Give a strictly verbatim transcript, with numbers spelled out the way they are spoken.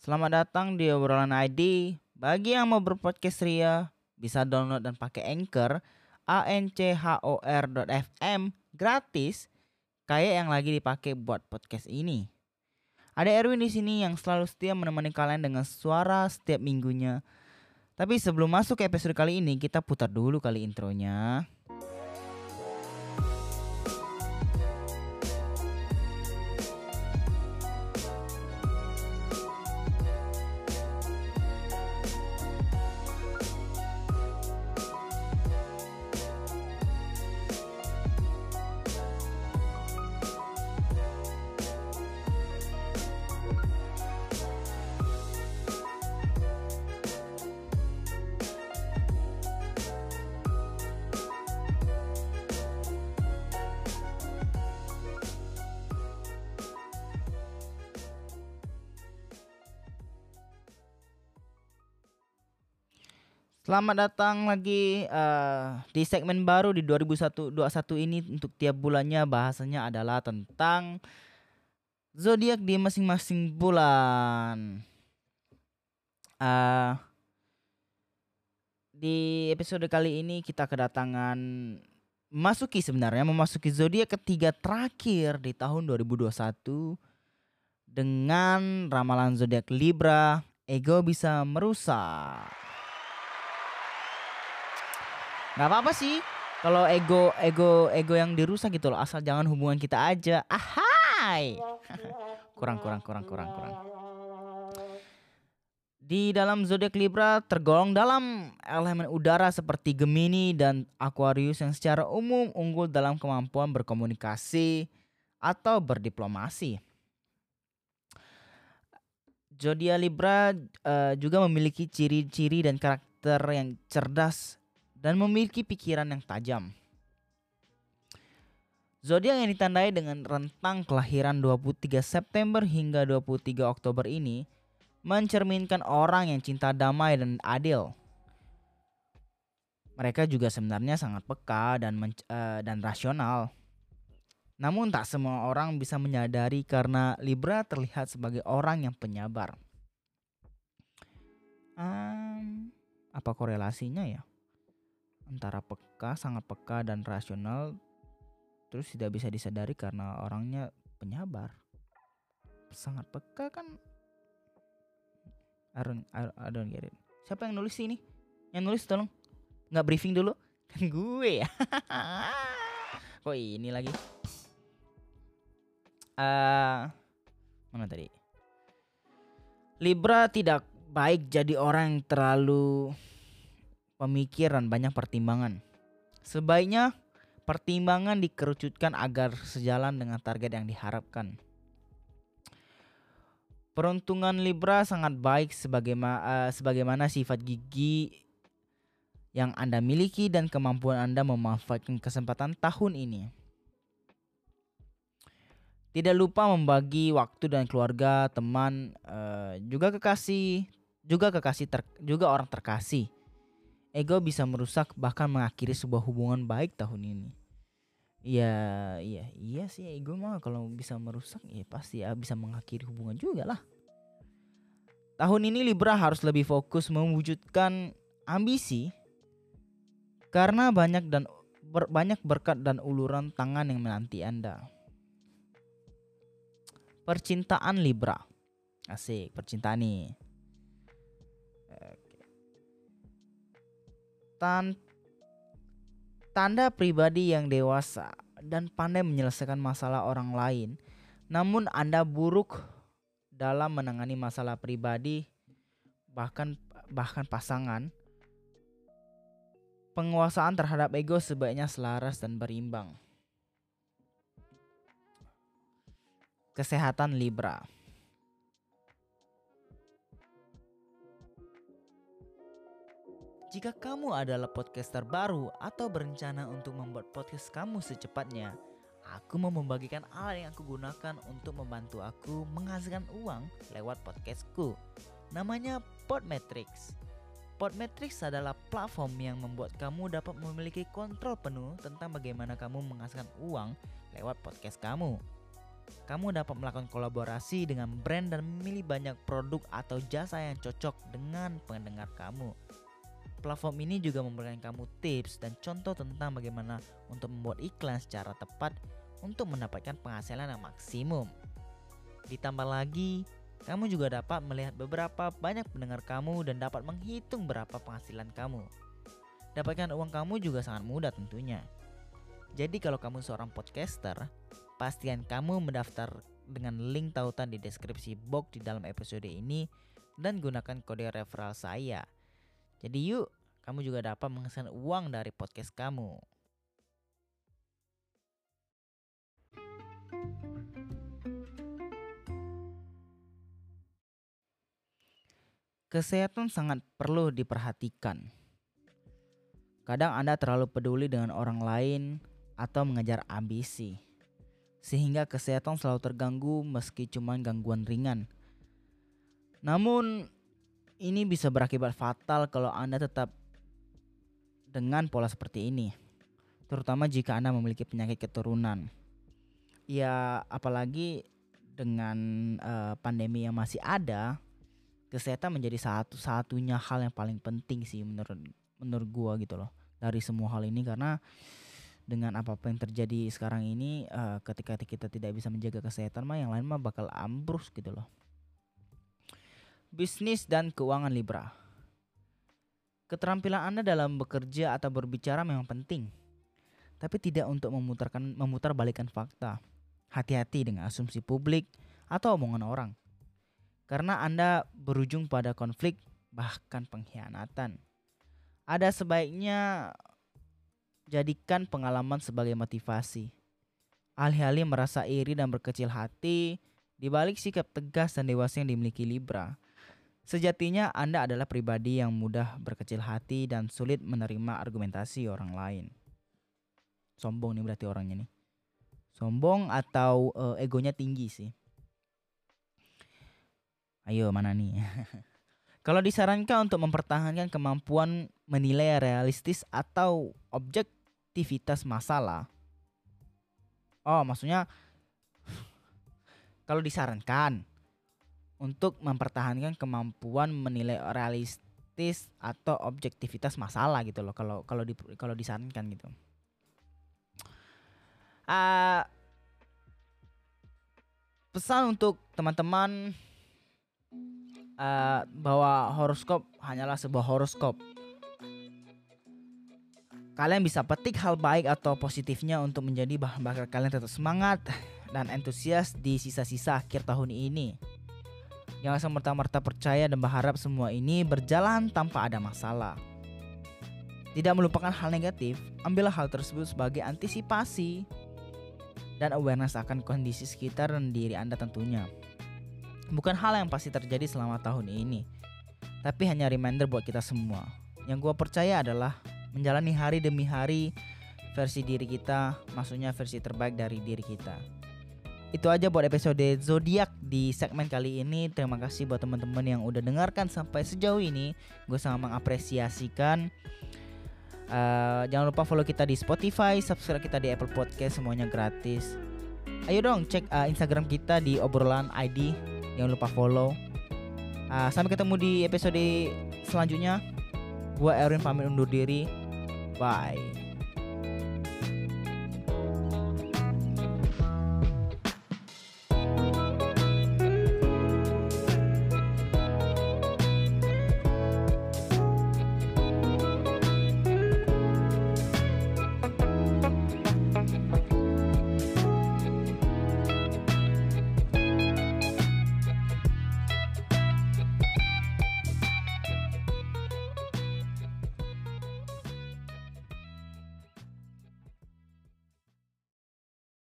Selamat datang di obrolan I D. Bagi yang mau berpodcast ria, bisa download dan pakai Anchor, A N C H O R dot F M gratis, kayak yang lagi dipakai buat podcast ini. Ada Erwin di sini yang selalu setia menemani kalian dengan suara setiap minggunya. Tapi sebelum masuk ke episode kali ini, kita putar dulu kali intronya. Selamat datang lagi uh, di segmen baru di dua ribu dua puluh satu ini. Untuk tiap bulannya bahasanya adalah tentang zodiak di masing-masing bulan. Uh, di episode kali ini kita kedatangan memasuki sebenarnya memasuki zodiak ketiga terakhir di tahun dua ribu dua puluh satu dengan ramalan zodiak Libra. Ego bisa merusak. Gak apa-apa sih kalau ego ego ego yang dirusak gitu loh, asal jangan hubungan kita aja. Ahai. kurang kurang kurang kurang kurang. Di dalam zodiak Libra tergolong dalam elemen udara seperti Gemini dan Aquarius yang secara umum unggul dalam kemampuan berkomunikasi atau berdiplomasi. Zodiak Libra uh, juga memiliki ciri-ciri dan karakter yang cerdas dan memiliki pikiran yang tajam. Zodiak yang ditandai dengan rentang kelahiran dua puluh tiga September hingga dua puluh tiga Oktober ini mencerminkan orang yang cinta damai dan adil. Mereka juga sebenarnya sangat peka dan men- uh, dan rasional. Namun tak semua orang bisa menyadari karena Libra terlihat sebagai orang yang penyabar. Um, apa korelasinya ya? Antara peka, sangat peka dan rasional, terus tidak bisa disadari karena orangnya penyabar. Sangat peka kan, I don't, I don't get it. Siapa yang nulis ini? Yang nulis tolong nggak briefing dulu? Kan gue ya. Kok ini lagi? Uh, mana tadi? Libra tidak baik jadi orang yang terlalu pemikiran, banyak pertimbangan. Sebaiknya pertimbangan dikerucutkan agar sejalan dengan target yang diharapkan. Peruntungan Libra sangat baik sebagaimana, uh, sebagaimana sifat gigi yang Anda miliki dan kemampuan Anda memanfaatkan kesempatan tahun ini. Tidak lupa membagi waktu dengan keluarga, teman, uh, juga kekasih, juga kekasih ter- juga orang terkasih. Ego bisa merusak bahkan mengakhiri sebuah hubungan baik tahun ini. Iya, iya, iya sih, ego mah kalau bisa merusak ya pasti ya bisa mengakhiri hubungan juga lah. Tahun ini Libra harus lebih fokus mewujudkan ambisi karena banyak dan ber, banyak berkat dan uluran tangan yang menanti Anda. Percintaan Libra. Asik, percintaan nih. Tan tanda pribadi yang dewasa dan pandai menyelesaikan masalah orang lain. Namun Anda buruk dalam menangani masalah pribadi, bahkan bahkan pasangan. Penguasaan terhadap ego sebaiknya selaras dan berimbang. Kesehatan Libra. Jika kamu adalah podcaster baru atau berencana untuk membuat podcast kamu secepatnya, aku mau membagikan alat yang aku gunakan untuk membantu aku menghasilkan uang lewat podcastku. Namanya Podmetrics. Podmetrics adalah platform yang membuat kamu dapat memiliki kontrol penuh tentang bagaimana kamu menghasilkan uang lewat podcast kamu. Kamu dapat melakukan kolaborasi dengan brand dan memilih banyak produk atau jasa yang cocok dengan pendengar kamu. Platform ini juga memberikan kamu tips dan contoh tentang bagaimana untuk membuat iklan secara tepat untuk mendapatkan penghasilan yang maksimum. Ditambah lagi, kamu juga dapat melihat beberapa banyak pendengar kamu dan dapat menghitung berapa penghasilan kamu. Dapatkan uang kamu juga sangat mudah tentunya. Jadi kalau kamu seorang podcaster, pastikan kamu mendaftar dengan link tautan di deskripsi box di dalam episode ini dan gunakan kode referral saya. Jadi yuk, kamu juga dapat menghasilkan uang dari podcast kamu. Kesehatan sangat perlu diperhatikan. Kadang Anda terlalu peduli dengan orang lain atau mengejar ambisi, sehingga kesehatan selalu terganggu meski cuma gangguan ringan. Namun ini bisa berakibat fatal kalau Anda tetap dengan pola seperti ini, terutama jika Anda memiliki penyakit keturunan. Ya apalagi dengan uh, pandemi yang masih ada, kesehatan menjadi satu-satunya hal yang paling penting sih menurut menurut gua gitu loh dari semua hal ini, karena dengan apa-apa yang terjadi sekarang ini, uh, ketika kita tidak bisa menjaga kesehatan mah yang lain mah bakal ambrus gitu loh. Bisnis dan keuangan Libra. Keterampilan Anda dalam bekerja atau berbicara memang penting, tapi tidak untuk memutarkan memutarbalikkan fakta. Hati-hati dengan asumsi publik atau omongan orang, karena Anda berujung pada konflik bahkan pengkhianatan. Ada sebaiknya jadikan pengalaman sebagai motivasi. Alih-alih merasa iri dan berkecil hati di balik sikap tegas dan dewasa yang dimiliki Libra, sejatinya Anda adalah pribadi yang mudah berkecil hati dan sulit menerima argumentasi orang lain. Sombong nih berarti orangnya nih. Sombong atau uh, egonya tinggi sih. Ayo mana nih? Kalau disarankan untuk mempertahankan kemampuan menilai realistis atau objektivitas masalah. Oh, maksudnya kalau disarankan untuk mempertahankan kemampuan menilai realistis atau objektivitas masalah gitu loh. Kalau kalau di, kalau disarankan gitu. Uh, pesan untuk teman-teman. Uh, bahwa horoskop hanyalah sebuah horoskop. Kalian bisa petik hal baik atau positifnya untuk menjadi bahan bakar kalian tetap semangat dan antusias di sisa-sisa akhir tahun ini. Jangan semerta-merta percaya dan berharap semua ini berjalan tanpa ada masalah. Tidak melupakan hal negatif, ambillah hal tersebut sebagai antisipasi dan awareness akan kondisi sekitar dan diri Anda tentunya. Bukan hal yang pasti terjadi selama tahun ini, tapi hanya reminder buat kita semua. Yang gue percaya adalah menjalani hari demi hari versi diri kita, maksudnya versi terbaik dari diri kita. Itu aja buat episode zodiak di segmen kali ini. Terima kasih buat teman-teman yang udah dengarkan sampai sejauh ini. Gue sangat mengapresiasikan. Uh, jangan lupa follow kita di Spotify, subscribe kita di Apple Podcast, semuanya gratis. Ayo dong cek uh, Instagram kita di obrolan I D. Jangan lupa follow. uh, Sampai ketemu di episode selanjutnya. Gua Erwin pamit undur diri. Bye.